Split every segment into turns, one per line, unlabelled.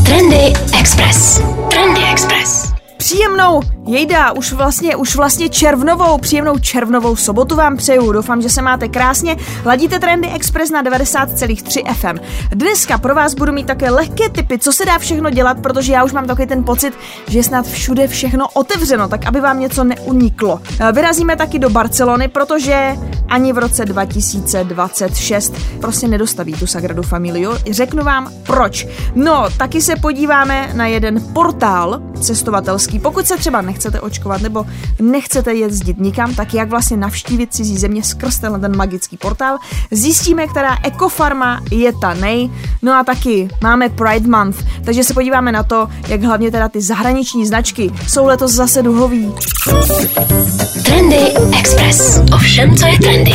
Trendy Express. Trendy Express.
Příjemnou, už vlastně příjemnou červnovou sobotu vám přeju. Doufám, že se máte krásně. Ladíte Trendy Express na 90,3 FM. Dneska pro vás budu mít také lehké tipy, co se dá všechno dělat, protože já už mám takový ten pocit, že je snad všude všechno otevřeno, tak aby vám něco neuniklo. Vyrazíme taky do Barcelony, protože ani v roce 2026 prostě nedostaví tu Sagradu Familiu. Řeknu vám proč. No, taky se podíváme na jeden portál cestovatelský. Pokud se třeba nechcete očkovat nebo nechcete jezdit nikam, tak jak vlastně navštívit cizí země skrz ten magický portál. Zjistíme, která ekofarma je ta nej. No a taky máme Pride Month, takže se podíváme na to, jak hlavně teda ty zahraniční značky jsou letos zase duhový.
Trendy Express. Ovšem, co je trendy?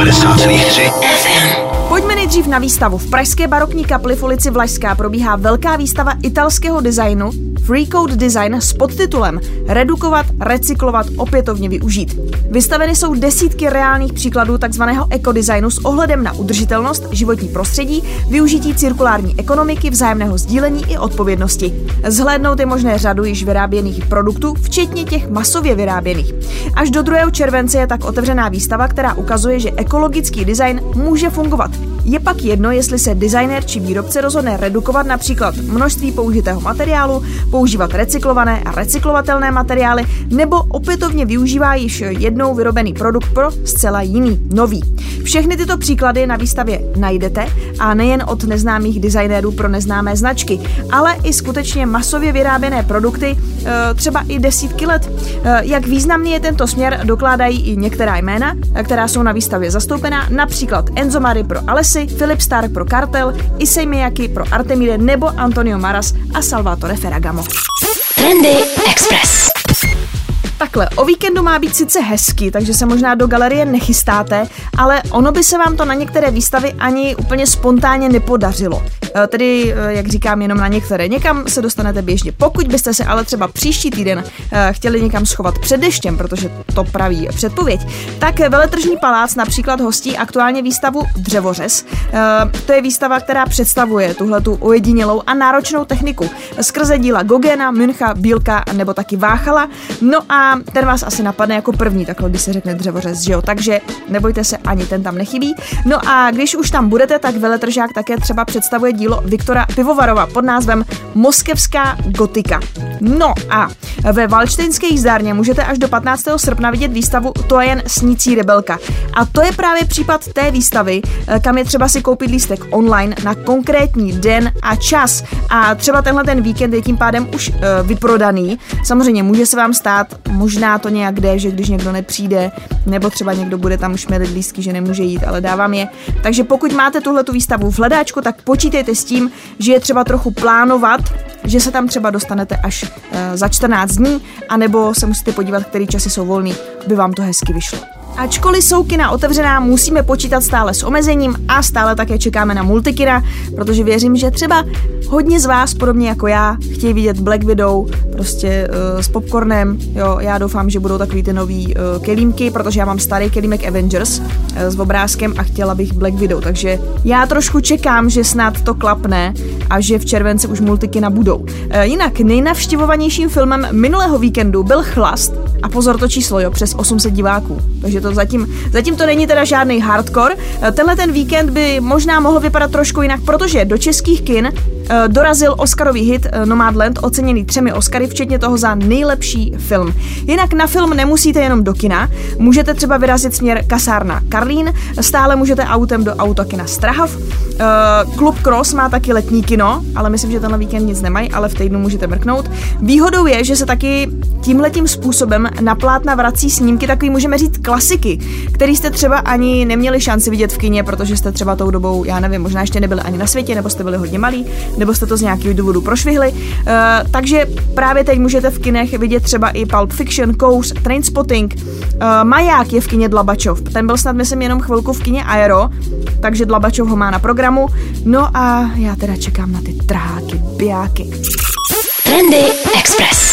90,3
FM.
Pojďme nejdřív na výstavu. V pražské barokní kapli v ulici Vlašská probíhá velká výstava italského designu Free Code Design s podtitulem Redukovat, recyklovat, opětovně využít. Vystaveny jsou desítky reálných příkladů takzvaného ekodesignu s ohledem na udržitelnost, životní prostředí, využití cirkulární ekonomiky, vzájemného sdílení i odpovědnosti. Zhlédnout je možné řadu již vyráběných produktů, včetně těch masově vyráběných. Až do 2. července je tak otevřená výstava, která ukazuje, že ekologický design může fungovat. Je pak jedno, jestli se designér či výrobce rozhodne redukovat například množství použitého materiálu, používat recyklované a recyklovatelné materiály, nebo opětovně využívá již jednou vyrobený produkt pro zcela jiný, nový. Všechny tyto příklady na výstavě najdete a nejen od neznámých designérů pro neznámé značky, ale i skutečně masově vyráběné produkty, třeba i desítky let. Jak významný je tento směr, dokládají i některá jména, která jsou na výstavě zastoupená, například Enzo Mari pro Alessi, Philip Stark pro Cartel, Issey Miyake pro Artemide nebo Antonio Maras a Salvatore Ferragamo.
Trendy Express.
Takhle, o víkendu má být sice hezky, takže se možná do galerie nechystáte, ale ono by se vám to na některé výstavy ani úplně spontánně nepodařilo. Tedy, jak říkám, jenom na některé. Někam se dostanete běžně. Pokud byste se ale třeba příští týden chtěli někam schovat před deštěm, protože to praví předpověď, tak Veletržní palác například hostí aktuálně výstavu Dřevořez. To je výstava, která představuje tuhletu ojedinělou a náročnou techniku skrze díla Gogena, Müncha, Bílka nebo taky Váchala. No a ten vás asi napadne jako první, takhle když se řekne Dřevořez, že jo? Takže nebojte se, ani ten tam nechybí. No a když už tam budete, tak veletržák také třeba představuje dílo Viktora Pivovarova pod názvem Moskevská gotika. No a ve Valdštejnské jízdárně můžete až do 15. srpna vidět výstavu To jen snící rebelka. A to je právě případ té výstavy, kam je třeba si koupit lístek online na konkrétní den a čas. A třeba tenhle ten víkend je tím pádem už vyprodaný. Samozřejmě může se vám stát, možná to nějak jde, že když někdo nepřijde, nebo třeba někdo bude tam šmelit lístky, že nemůže jít, ale dávám je. Takže pokud máte tuhletu výstavu v hledáčku, tak počítejte s tím, že je třeba trochu plánovat, že se tam třeba dostanete až za 14 dní, anebo se musíte podívat, který časy jsou volný, aby vám to hezky vyšlo. Ačkoliv jsou kina otevřená, musíme počítat stále s omezením a stále také čekáme na multikina, protože věřím, že třeba hodně z vás, podobně jako já, chtějí vidět Black Widow prostě s popcornem. Jo, já doufám, že budou takový ty nový kelímky, protože já mám starý kelímek Avengers s obrázkem a chtěla bych Black Widow, takže já trošku čekám, že snad to klapne a že v červenci už multikina budou. Jinak nejnavštěvovanějším filmem minulého víkendu byl Chlast a pozor to číslo, jo, přes 800 diváků. Takže to zatím to není teda žádný hardcore. Tenhle ten víkend by možná mohl vypadat trošku jinak, protože do českých kin dorazil Oscarový hit Nomadland, oceněný 3 Oscary, včetně toho za nejlepší film. Jinak na film nemusíte jenom do kina, můžete třeba vyrazit směr kasárna Karlín, stále můžete autem do autokina Strahov, Klub Cross má taky letní kino, ale myslím, že tenhle víkend nic nemají, ale v týdnu můžete mrknout. Výhodou je, že se taky tímhletím způsobem na plátna vrací snímky, takový můžeme říct klasiky, který jste třeba ani neměli šanci vidět v kině, protože jste třeba tou dobou, já nevím, možná ještě nebyli ani na světě, nebo jste byli hodně malí, nebo jste to z nějakého důvodu prošvihli. Takže právě teď můžete v kinech vidět třeba i Pulp Fiction, Kous, Trainspotting. Maják je v kině Dlabačov. Ten byl snad, myslím, jenom chvilku v kině Aero, takže Dlabačov ho má na programu. No a já teda čekám na ty trháky, bijáky.
Trendy Express.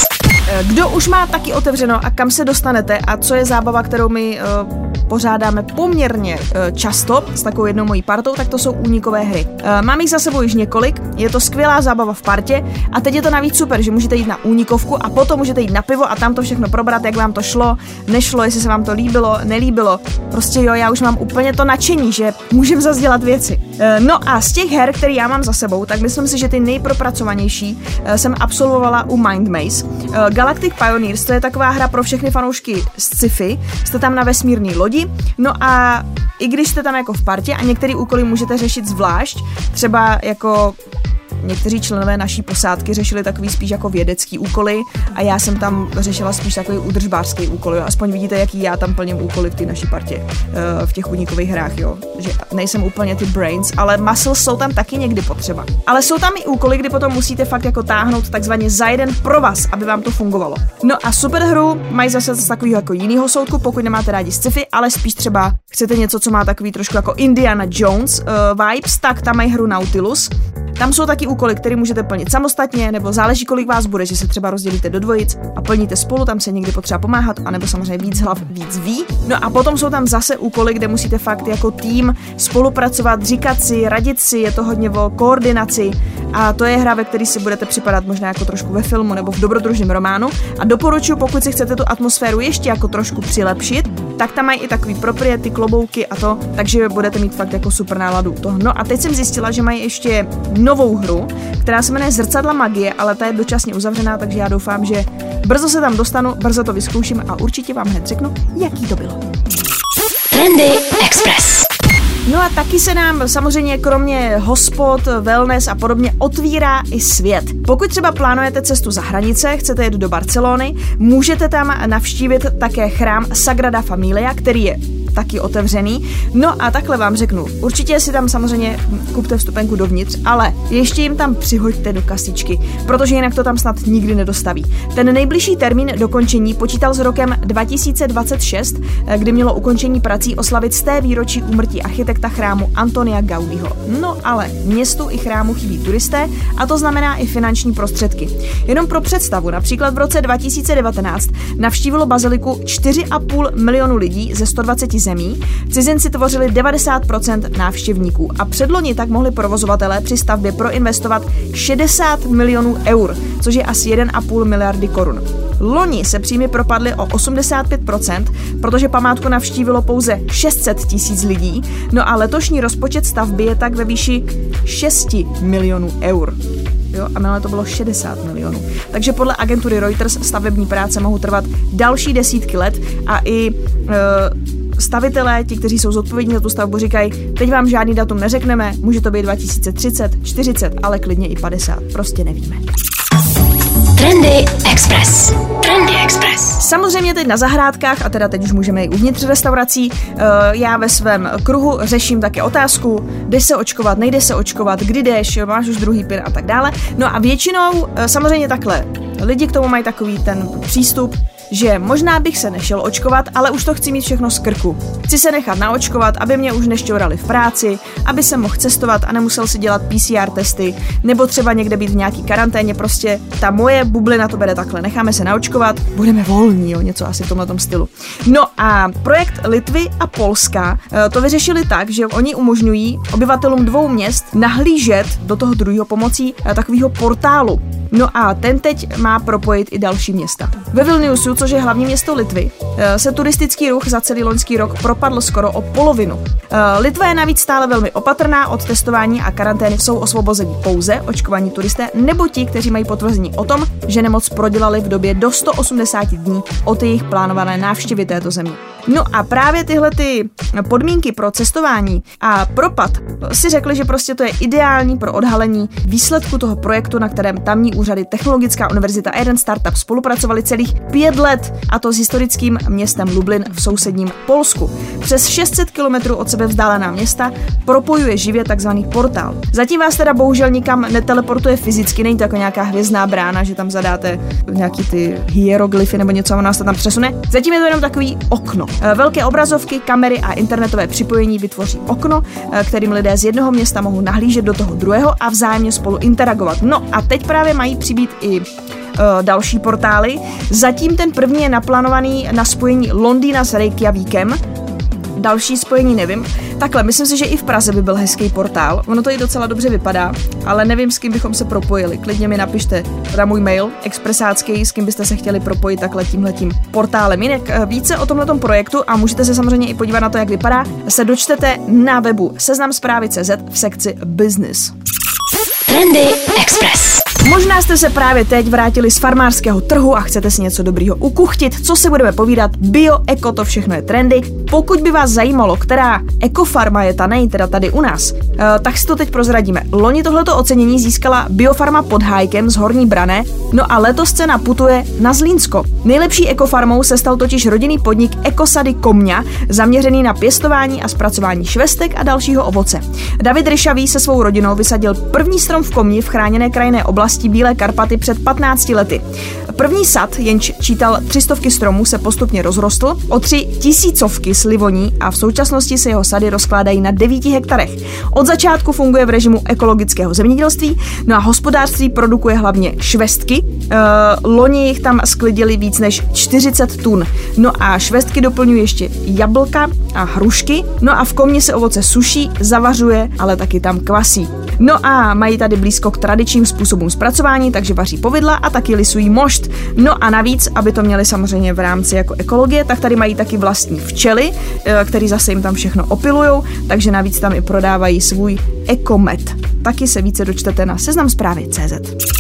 Kdo už má taky otevřeno a kam se dostanete a co je zábava, kterou my pořádáme poměrně často s takovou jednou mojí partou, tak to jsou únikové hry. Mám jich za sebou již několik, je to skvělá zábava v partě a teď je to navíc super, že můžete jít na únikovku a potom můžete jít na pivo a tam to všechno probrat, jak vám to šlo, nešlo, jestli se vám to líbilo, nelíbilo. Prostě jo, já už mám úplně to nadšení, že můžem zas dělat věci. No a z těch her, které já mám za sebou, tak myslím si, že ty nejpropracovanější jsem absolvovala u Mind Maze. Galactic Pioneers, to je taková hra pro všechny fanoušky sci-fi, jste tam na vesmírné lodi, no a i když jste tam jako v partě a některé úkoly můžete řešit zvlášť, třeba jako někteří členové naší posádky řešili takový spíš jako vědecký úkoly a já jsem tam řešila spíš takový údržbářský úkoly. Aspoň vidíte, jaký já tam plním úkoly v té naší partě, v těch únikových hrách, jo. Že nejsem úplně ty brains, ale muscles jsou tam taky někdy potřeba. Ale jsou tam i úkoly, kdy potom musíte fakt jako táhnout takzvaně za jeden provaz, aby vám to fungovalo. No a super hru mají zase z takového jako jinýho soudku, pokud nemáte rádi sci-fi, ale spíš třeba chcete něco, co má takový trošku jako Indiana Jones vibes, tak tam mají hru Nautilus. Tam jsou taky úkoly, které můžete plnit samostatně, nebo záleží, kolik vás bude, že se třeba rozdělíte do dvojic a plníte spolu, tam se někdy potřeba pomáhat, anebo samozřejmě víc hlav, víc ví. No a potom jsou tam zase úkoly, kde musíte fakt jako tým spolupracovat, říkat si, radit si, je to hodně o koordinaci a to je hra, ve které si budete připadat možná jako trošku ve filmu nebo v dobrodružném románu a doporučuji, pokud si chcete tu atmosféru ještě jako trošku přilepšit, tak tam mají i takový propriety, klobouky a to, takže budete mít fakt jako super náladu toho. No a teď jsem zjistila, že mají ještě novou hru, která se jmenuje Zrcadla magie, ale ta je dočasně uzavřená, takže já doufám, že brzo se tam dostanu, brzo to vyzkouším a určitě vám hned řeknu, jaký to bylo.
Trendy Express.
No a taky se nám samozřejmě kromě hospod, wellness a podobně otvírá i svět. Pokud třeba plánujete cestu za hranice, chcete jet do Barcelony, můžete tam navštívit také chrám Sagrada Familia, který je taky otevřený. No a takhle vám řeknu, určitě si tam samozřejmě kupte vstupenku dovnitř, ale ještě jim tam přihoďte do kasičky, protože jinak to tam snad nikdy nedostaví. Ten nejbližší termín dokončení počítal s rokem 2026, kdy mělo ukončení prací oslavit 100. výročí úmrtí architekta chrámu Antonia Gaudiho. No ale městu i chrámu chybí turisté a to znamená i finanční prostředky. Jenom pro představu, například v roce 2019 navštívilo baziliku 4,5 milionu lidí ze 120 zemí, cizinci tvořili 90% návštěvníků a předloni tak mohli provozovatelé při stavbě proinvestovat 60 milionů eur, což je asi 1,5 miliardy korun. Loni se příjmy propadly o 85%, protože památku navštívilo pouze 600 000 lidí, no a letošní rozpočet stavby je tak ve výši 6 milionů eur. Jo, a minule to bylo 60 milionů. Takže podle agentury Reuters stavební práce mohou trvat další desítky let a i stavitelé, ti, kteří jsou zodpovědní za tu stavbu, říkají, teď vám žádný datum neřekneme, může to být 2030, 40, ale klidně i 50, prostě nevíme.
Trendy Express. Trendy Express.
Samozřejmě teď na zahrádkách, a teda teď už můžeme i uvnitř restaurací, já ve svém kruhu řeším také otázku, jdeš se očkovat, nejde se očkovat, kdy jdeš, máš už druhý pin a tak dále. No a většinou samozřejmě takhle, lidi k tomu mají takový ten přístup, že možná bych se nešel očkovat, ale už to chci mít všechno z krku. Chci se nechat naočkovat, aby mě už nešťourali v práci, aby jsem mohl cestovat a nemusel si dělat PCR testy, nebo třeba někde být v nějaký karanténě, prostě ta moje bublina to bere takhle, necháme se naočkovat, budeme volní, jo, něco asi v tomhletom stylu. No a projekt Litvy a Polska to vyřešili tak, že oni umožňují obyvatelům 2 měst nahlížet do toho druhého pomocí takového portálu. No a ten teď má propojit i další města. Ve Vilniusu, což je hlavní město Litvy, se turistický ruch za celý loňský rok propadl skoro o polovinu. Litva je navíc stále velmi opatrná, od testování a karantény jsou osvobození pouze očkovaní turisté nebo ti, kteří mají potvrzení o tom, že nemoc prodělali v době do 180 dní od jejich plánované návštěvy této země. No a právě tyhle ty podmínky pro cestování a propad si řekli, že prostě to je ideální pro odhalení výsledku toho projektu, na kterém tamní úřady, Technologická univerzita a jeden startup spolupracovali celých 5 let, a to s historickým městem Lublin v sousedním Polsku. Přes 600 km od sebe vzdálená města propojuje živě takzvaný portál. Zatím vás teda bohužel nikam neteleportuje fyzicky, není to jako nějaká hvězdná brána, že tam zadáte nějaký ty hieroglyfy nebo něco a nás to tam přesune. Zatím je to jenom takový okno. Velké obrazovky, kamery a internetové připojení vytvoří okno, kterým lidé z jednoho města mohou nahlížet do toho druhého a vzájemně spolu interagovat. No a teď právě mají přibýt i další portály. Zatím ten první je naplánovaný na spojení Londýna s Reykjavíkem. Další spojení nevím. Takhle, myslím si, že i v Praze by byl hezký portál. Ono to i docela dobře vypadá, ale nevím, s kým bychom se propojili. Klidně mi napište na můj mail expresácký, s kým byste se chtěli propojit takhle tímhletím portálem. Jinak více o tomhletom projektu a můžete se samozřejmě i podívat na to, jak vypadá, se dočtete na webu seznamzprávy.cz v sekci Business.
Trendy Express.
Možná jste se právě teď vrátili z farmářského trhu a chcete si něco dobrýho ukuchtit. Co si budeme povídat? Bio, eko, to všechno je trendy. Pokud by vás zajímalo, která ekofarma je ta teda tady u nás, tak si to teď prozradíme. Loni tohleto ocenění získala biofarma pod Hájkem z Horní Branné, no a letos cena putuje na Zlínsko. Nejlepší ekofarmou se stal totiž rodinný podnik Ekosady Komňa, zaměřený na pěstování a zpracování švestek a dalšího ovoce. David Ryšavý se svou rodinou vysadil první strom v Komni v chráněné krajinné oblasti Bílé Karpaty před 15 lety. První sad, jenž čítal 300 stromů, se postupně rozrostl o 3000 slivoní a v současnosti se jeho sady rozkládají na 9 hektarech. Od začátku funguje v režimu ekologického zemědělství, no a hospodářství produkuje hlavně švestky. Loni jich tam sklidili víc než 40 tun. No a švestky doplňují ještě jablka a hrušky. No a v Komni se ovoce suší, zavařuje, ale taky tam kvasí. No a mají tady blízko k tradičním způsobům zpracování, takže vaří povidla a taky lisují mošt. No a navíc, aby to měli samozřejmě v rámci jako ekologie, tak tady mají taky vlastní včely, který zase jim tam všechno opilujou, takže navíc tam i prodávají svůj ekomed. Taky se více dočtete na seznamzprávy.cz.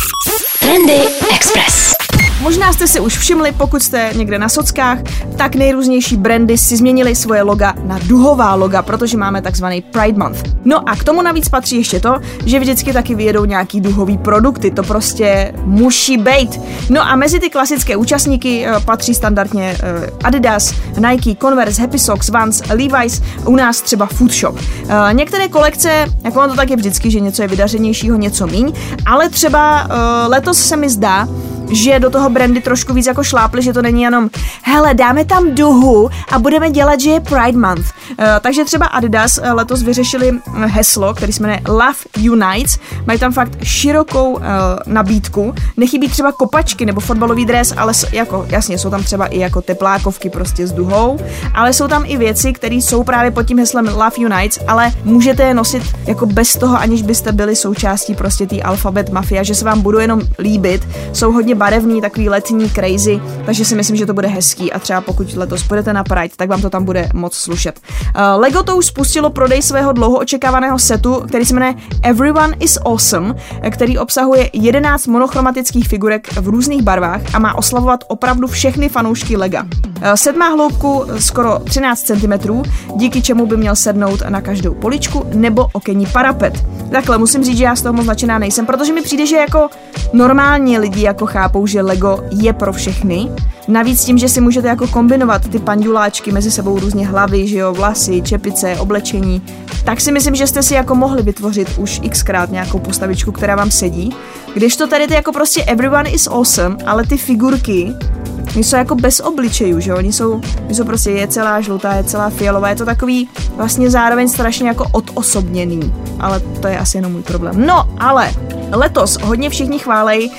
Trendy Express.
Možná jste si už všimli, pokud jste někde na sockách, tak nejrůznější brandy si změnily svoje loga na duhová loga, protože máme takzvaný Pride Month. No a k tomu navíc patří ještě to, že vždycky taky vyjedou nějaký duhový produkty, to prostě musí bejt. No a mezi ty klasické účastníky patří standardně Adidas, Nike, Converse, Happy Socks, Vans, Levi's, u nás třeba Food Shop. Některé kolekce, jako on to tak je vždycky, že něco je vydařenějšího, něco míň, ale třeba letos se mi zdá, že do toho brandy trošku víc jako šlápli, že to není jenom hele, dáme tam duhu a budeme dělat, že je Pride Month. Takže třeba Adidas letos vyřešili heslo, který se jmenuje Love Unites. Mají tam fakt širokou nabídku. Nechybí třeba kopačky nebo fotbalový dres, ale jako jasně jsou tam třeba i jako teplákovky prostě s duhou, ale jsou tam i věci, které jsou právě pod tím heslem Love Unites, ale můžete je nosit jako bez toho, aniž byste byli součástí prostě té alfabet mafia, že se vám budou jenom líbit. Jsou hodně barevný, takový letní, crazy, takže si myslím, že to bude hezký a třeba pokud letos půjdete na Pride, tak vám to tam bude moc slušet. Lego to už spustilo prodej svého dlouho očekávaného setu, který se jmenuje Everyone is Awesome, který obsahuje 11 monochromatických figurek v různých barvách a má oslavovat opravdu všechny fanoušky Lega. Set má hloubku skoro 13 cm, díky čemu by měl sednout na každou poličku nebo okenní parapet. Takhle musím říct, že já z toho moc nadšená nejsem, protože mi přijde, že jako normální lidi jako chápou, že Lego je pro všechny. Navíc tím, že si můžete jako kombinovat ty panduláčky mezi sebou různě hlavy, že jo, vlasy, čepice, oblečení, tak si myslím, že jste si jako mohli vytvořit už xkrát nějakou postavičku, která vám sedí. Když to tady jako prostě Everyone is Awesome, ale ty figurky jsou jako bez obličejů, že jo, oni jsou prostě je celá žlutá, je celá fialová, je to takový vlastně zároveň strašně jako odosobněný, ale to je asi jenom můj problém. No, ale letos hodně všichni chválej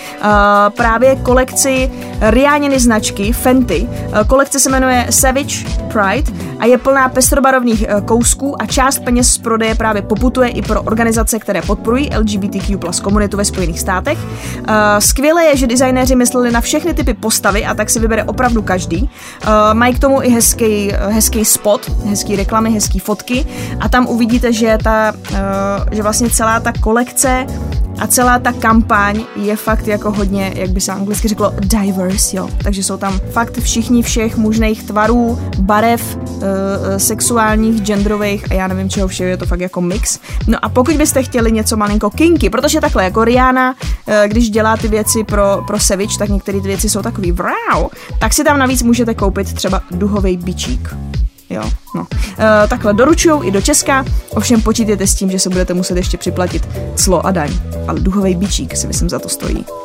právě kolekci Rihaniny značky Fenty. Kolekce se jmenuje Savage Pride a je plná pestrobarevných kousků a část peněz z prodeje právě poputuje i pro organizace, které podporují LGBTQ+ komunitu ve Spojených státech. Skvělé je, že designéři mysleli na všechny typy postavy a tak si vybere opravdu každý. Mají k tomu i hezký spot, hezký reklamy, hezký fotky a tam uvidíte, že vlastně celá ta kolekce a celá ta kampaň je fakt jako hodně, jak by se anglicky řeklo, diverse, jo. Takže jsou tam fakt všichni všech možných tvarů, barev, sexuálních, genderových a já nevím čeho všeho, je to fakt jako mix. No a pokud byste chtěli něco malinko kinky, protože takhle jako Rihanna, když dělá ty věci pro Savage, tak některé ty věci jsou takový wow, tak si tam navíc můžete koupit třeba duhovej bičík. Jo, no. Takhle doručujou i do Česka, ovšem počítejte s tím, že se budete muset ještě připlatit clo a daň. Ale duhovej bičík si myslím za to stojí.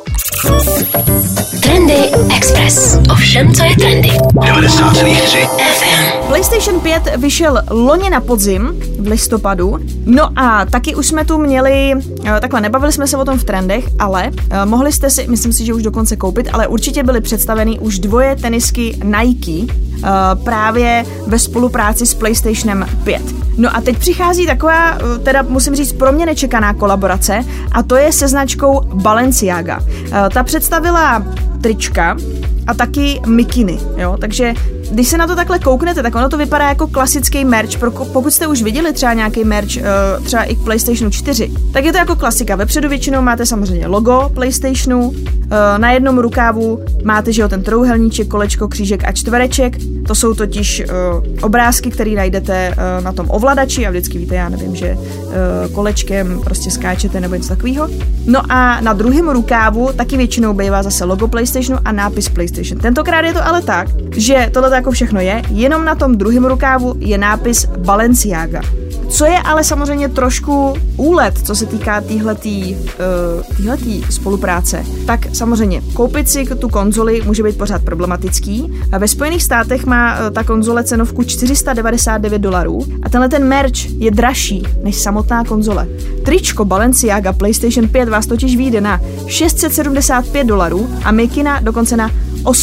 Trendy Express. Ovšem, co je trendy.
90,3
FM.
PlayStation 5 vyšel loni na podzim v listopadu, no a taky už jsme tu měli, takhle nebavili jsme se o tom v trendech, ale mohli jste si, myslím si, že už dokonce koupit, ale určitě byly představeny už dvoje tenisky Nike právě ve spolupráci s PlayStationem 5. No a teď přichází taková, teda musím říct, pro mě nečekaná kolaborace a to je se značkou Balenciaga. Ta představila trička a taky mikiny, jo, takže když se na to takhle kouknete, tak ono to vypadá jako klasický merch. Pokud jste už viděli třeba nějaký merch, třeba i k PlayStationu 4, tak je to jako klasika. Vepředu většinou máte samozřejmě logo PlayStationu, na jednom rukávu máte, že jo, ten trouhelníček, kolečko, křížek a čtvereček. To jsou totiž obrázky, které najdete na tom ovladači a vždycky víte, já nevím, že kolečkem prostě skáčete nebo něco takového. No a na druhém rukávu taky většinou bývá zase logo PlayStationu a nápis PlayStation. Tentokrát je to ale tak, že tohle jako všechno je, jenom na tom druhém rukávu je nápis Balenciaga. Co je ale samozřejmě trošku úlet, co se týká téhletý spolupráce, tak samozřejmě koupit si tu konzoli může být pořád problematický. Ve Spojených státech má ta konzole cenovku $499 a tenhle ten merch je dražší než samotná konzole. Tričko Balenciaga PlayStation 5 vás totiž vyjde na $675 a mikina dokonce na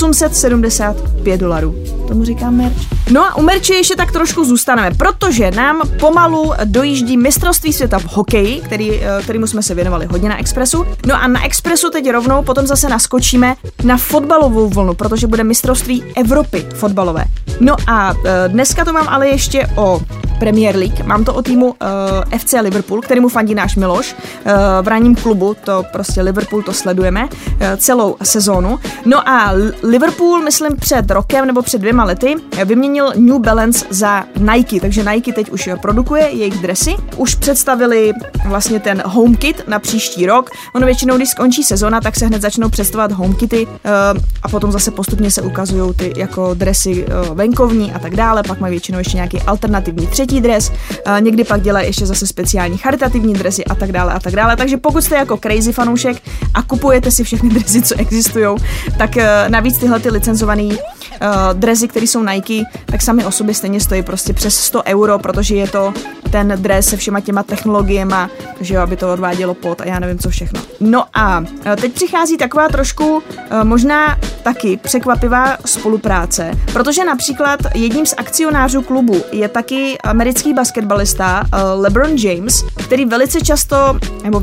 $875. Tomu říkám merch. No a u merče ještě tak trošku zůstaneme, protože nám pomalu dojíždí mistrovství světa v hokeji, kterému jsme se věnovali hodně na Expressu. No a na Expressu teď rovnou potom zase naskočíme na fotbalovou vlnu, protože bude mistrovství Evropy fotbalové. No a dneska to mám ale ještě o Premier League. Mám to o týmu FC Liverpool, kterému fandí náš Miloš. V ranním klubu to prostě Liverpool to sledujeme celou sezónu. No a Liverpool, myslím před rokem nebo před 2 lety, vyměnil New Balance za Nike, takže Nike teď už produkuje jejich dresy. Už představili vlastně ten home kit na příští rok. Ono většinou, když skončí sezona, tak se hned začnou představovat home kity a potom zase postupně se ukazují ty jako dresy venkovní a tak dále. Pak mají většinou ještě nějaký alternativní třetí dres, někdy pak dělají ještě zase speciální charitativní dresy a tak dále a tak dále. Takže pokud jste jako crazy fanoušek a kupujete si všechny dresy, co existují, tak navíc tyhle ty licenzované dresy, které jsou Nike, tak sami o sobě stejně stojí prostě přes €100, protože je to ten dres se všema těma technologiema, že jo, aby to odvádělo pot a já nevím co všechno. No a teď přichází taková trošku možná taky překvapivá spolupráce, protože například jedním z akcionářů klubu je taky americký basketbalista LeBron James, který velice často,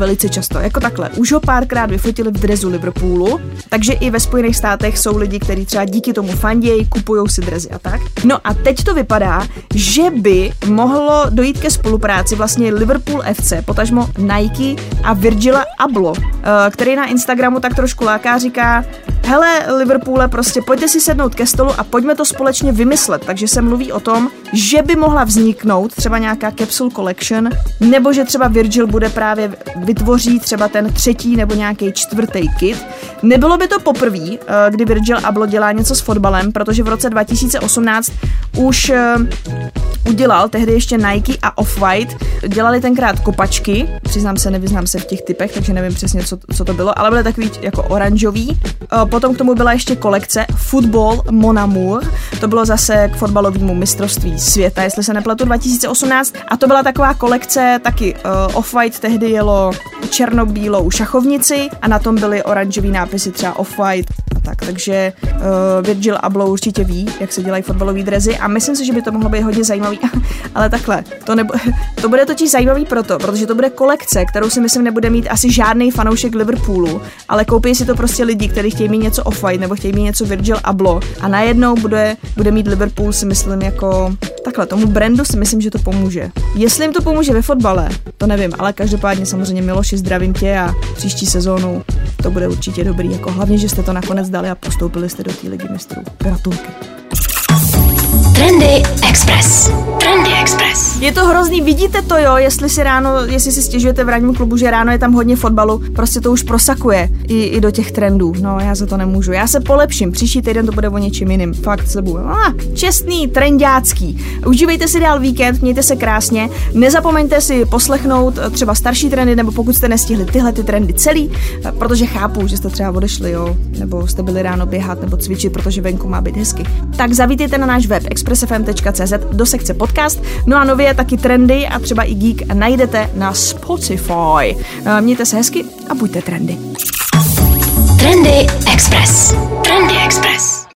jako takhle, už ho párkrát vyfotili v dresu Liverpoolu, takže i ve Spojených státech jsou lidi, kteří třeba díky tomu fandějí, kupujou si dresy a tak. No a teď to vypadá, že by mohlo dojít ke spolupráci vlastně Liverpool FC, potažmo Nike a Virgila Abloh, který na Instagramu tak trošku láká, říká: hele Liverpoole, prostě pojďte si sednout ke stolu a pojďme to společně vymyslet. Takže se mluví o tom, že by mohla vzniknout třeba nějaká capsule collection, nebo že třeba Virgil bude právě vytvoří třeba ten 3. nebo nějaký 4. kit. Nebylo by to poprvé, kdy Virgil Abloh dělá něco s fotbalem, protože v roce 2018 už udělal tehdy ještě Nike a Off-White. Dělali tenkrát kopačky, přiznám se, nevyznám se v těch typech, takže nevím přesně, co to bylo, ale byly takový jako oranžový. Potom k tomu byla ještě kolekce Football Mon Amour, to bylo zase k fotbalovému mistrovství světa, jestli se nepletu, 2018. A to byla taková kolekce, taky Off-White tehdy jelo černobílou šachovnici a na tom byly oranžový nápisy třeba Off-White a tak. Takže Virgil Abloh určitě ví, jak se dělají fotbalové dresy a myslím si, že by to mohlo být hodně zajímavý, ale takhle, to bude totiž zajímavý protože to bude kolekce, kterou si myslím nebude mít asi žádný fanoušek Liverpoolu, ale koupí si to prostě lidi, kteří chtějí mít něco Off-White nebo chtějí mít něco Virgil Abloh a najednou bude mít Liverpool, si myslím, jako takhle, tomu brandu si myslím, že to pomůže. Jestli jim to pomůže ve fotbale, to nevím, ale každopádně samozřejmě Miloši, zdravím tě a příští sezónu to bude určitě dobrý, jako hlavně, že jste to nakonec dali a postoupili jste do té ligy mistrů. Gratulky.
Trendy Express. Trendy Express.
Je to hrozný, vidíte to jo, jestli si stěžujete v ranním klubu, že ráno je tam hodně fotbalu, prostě to už prosakuje i do těch trendů. No, já za to nemůžu. Já se polepším, příští týden to bude o něčím jiným. Fakt slibuju. Čestný, trendácký. Užívejte si dál víkend, mějte se krásně. Nezapomeňte si poslechnout třeba starší trendy, nebo pokud jste nestihli tyhle ty trendy celý, protože chápu, že jste třeba odešli, jo, nebo jste byli ráno běhat nebo cvičit, protože venku má být hezky. Tak zavítejte na náš web expressfm.cz do sekce podcast. No a nově taky trendy a třeba i Geek najdete na Spotify. Mějte se hezky a buďte trendy.
Trendy Express. Trendy Express.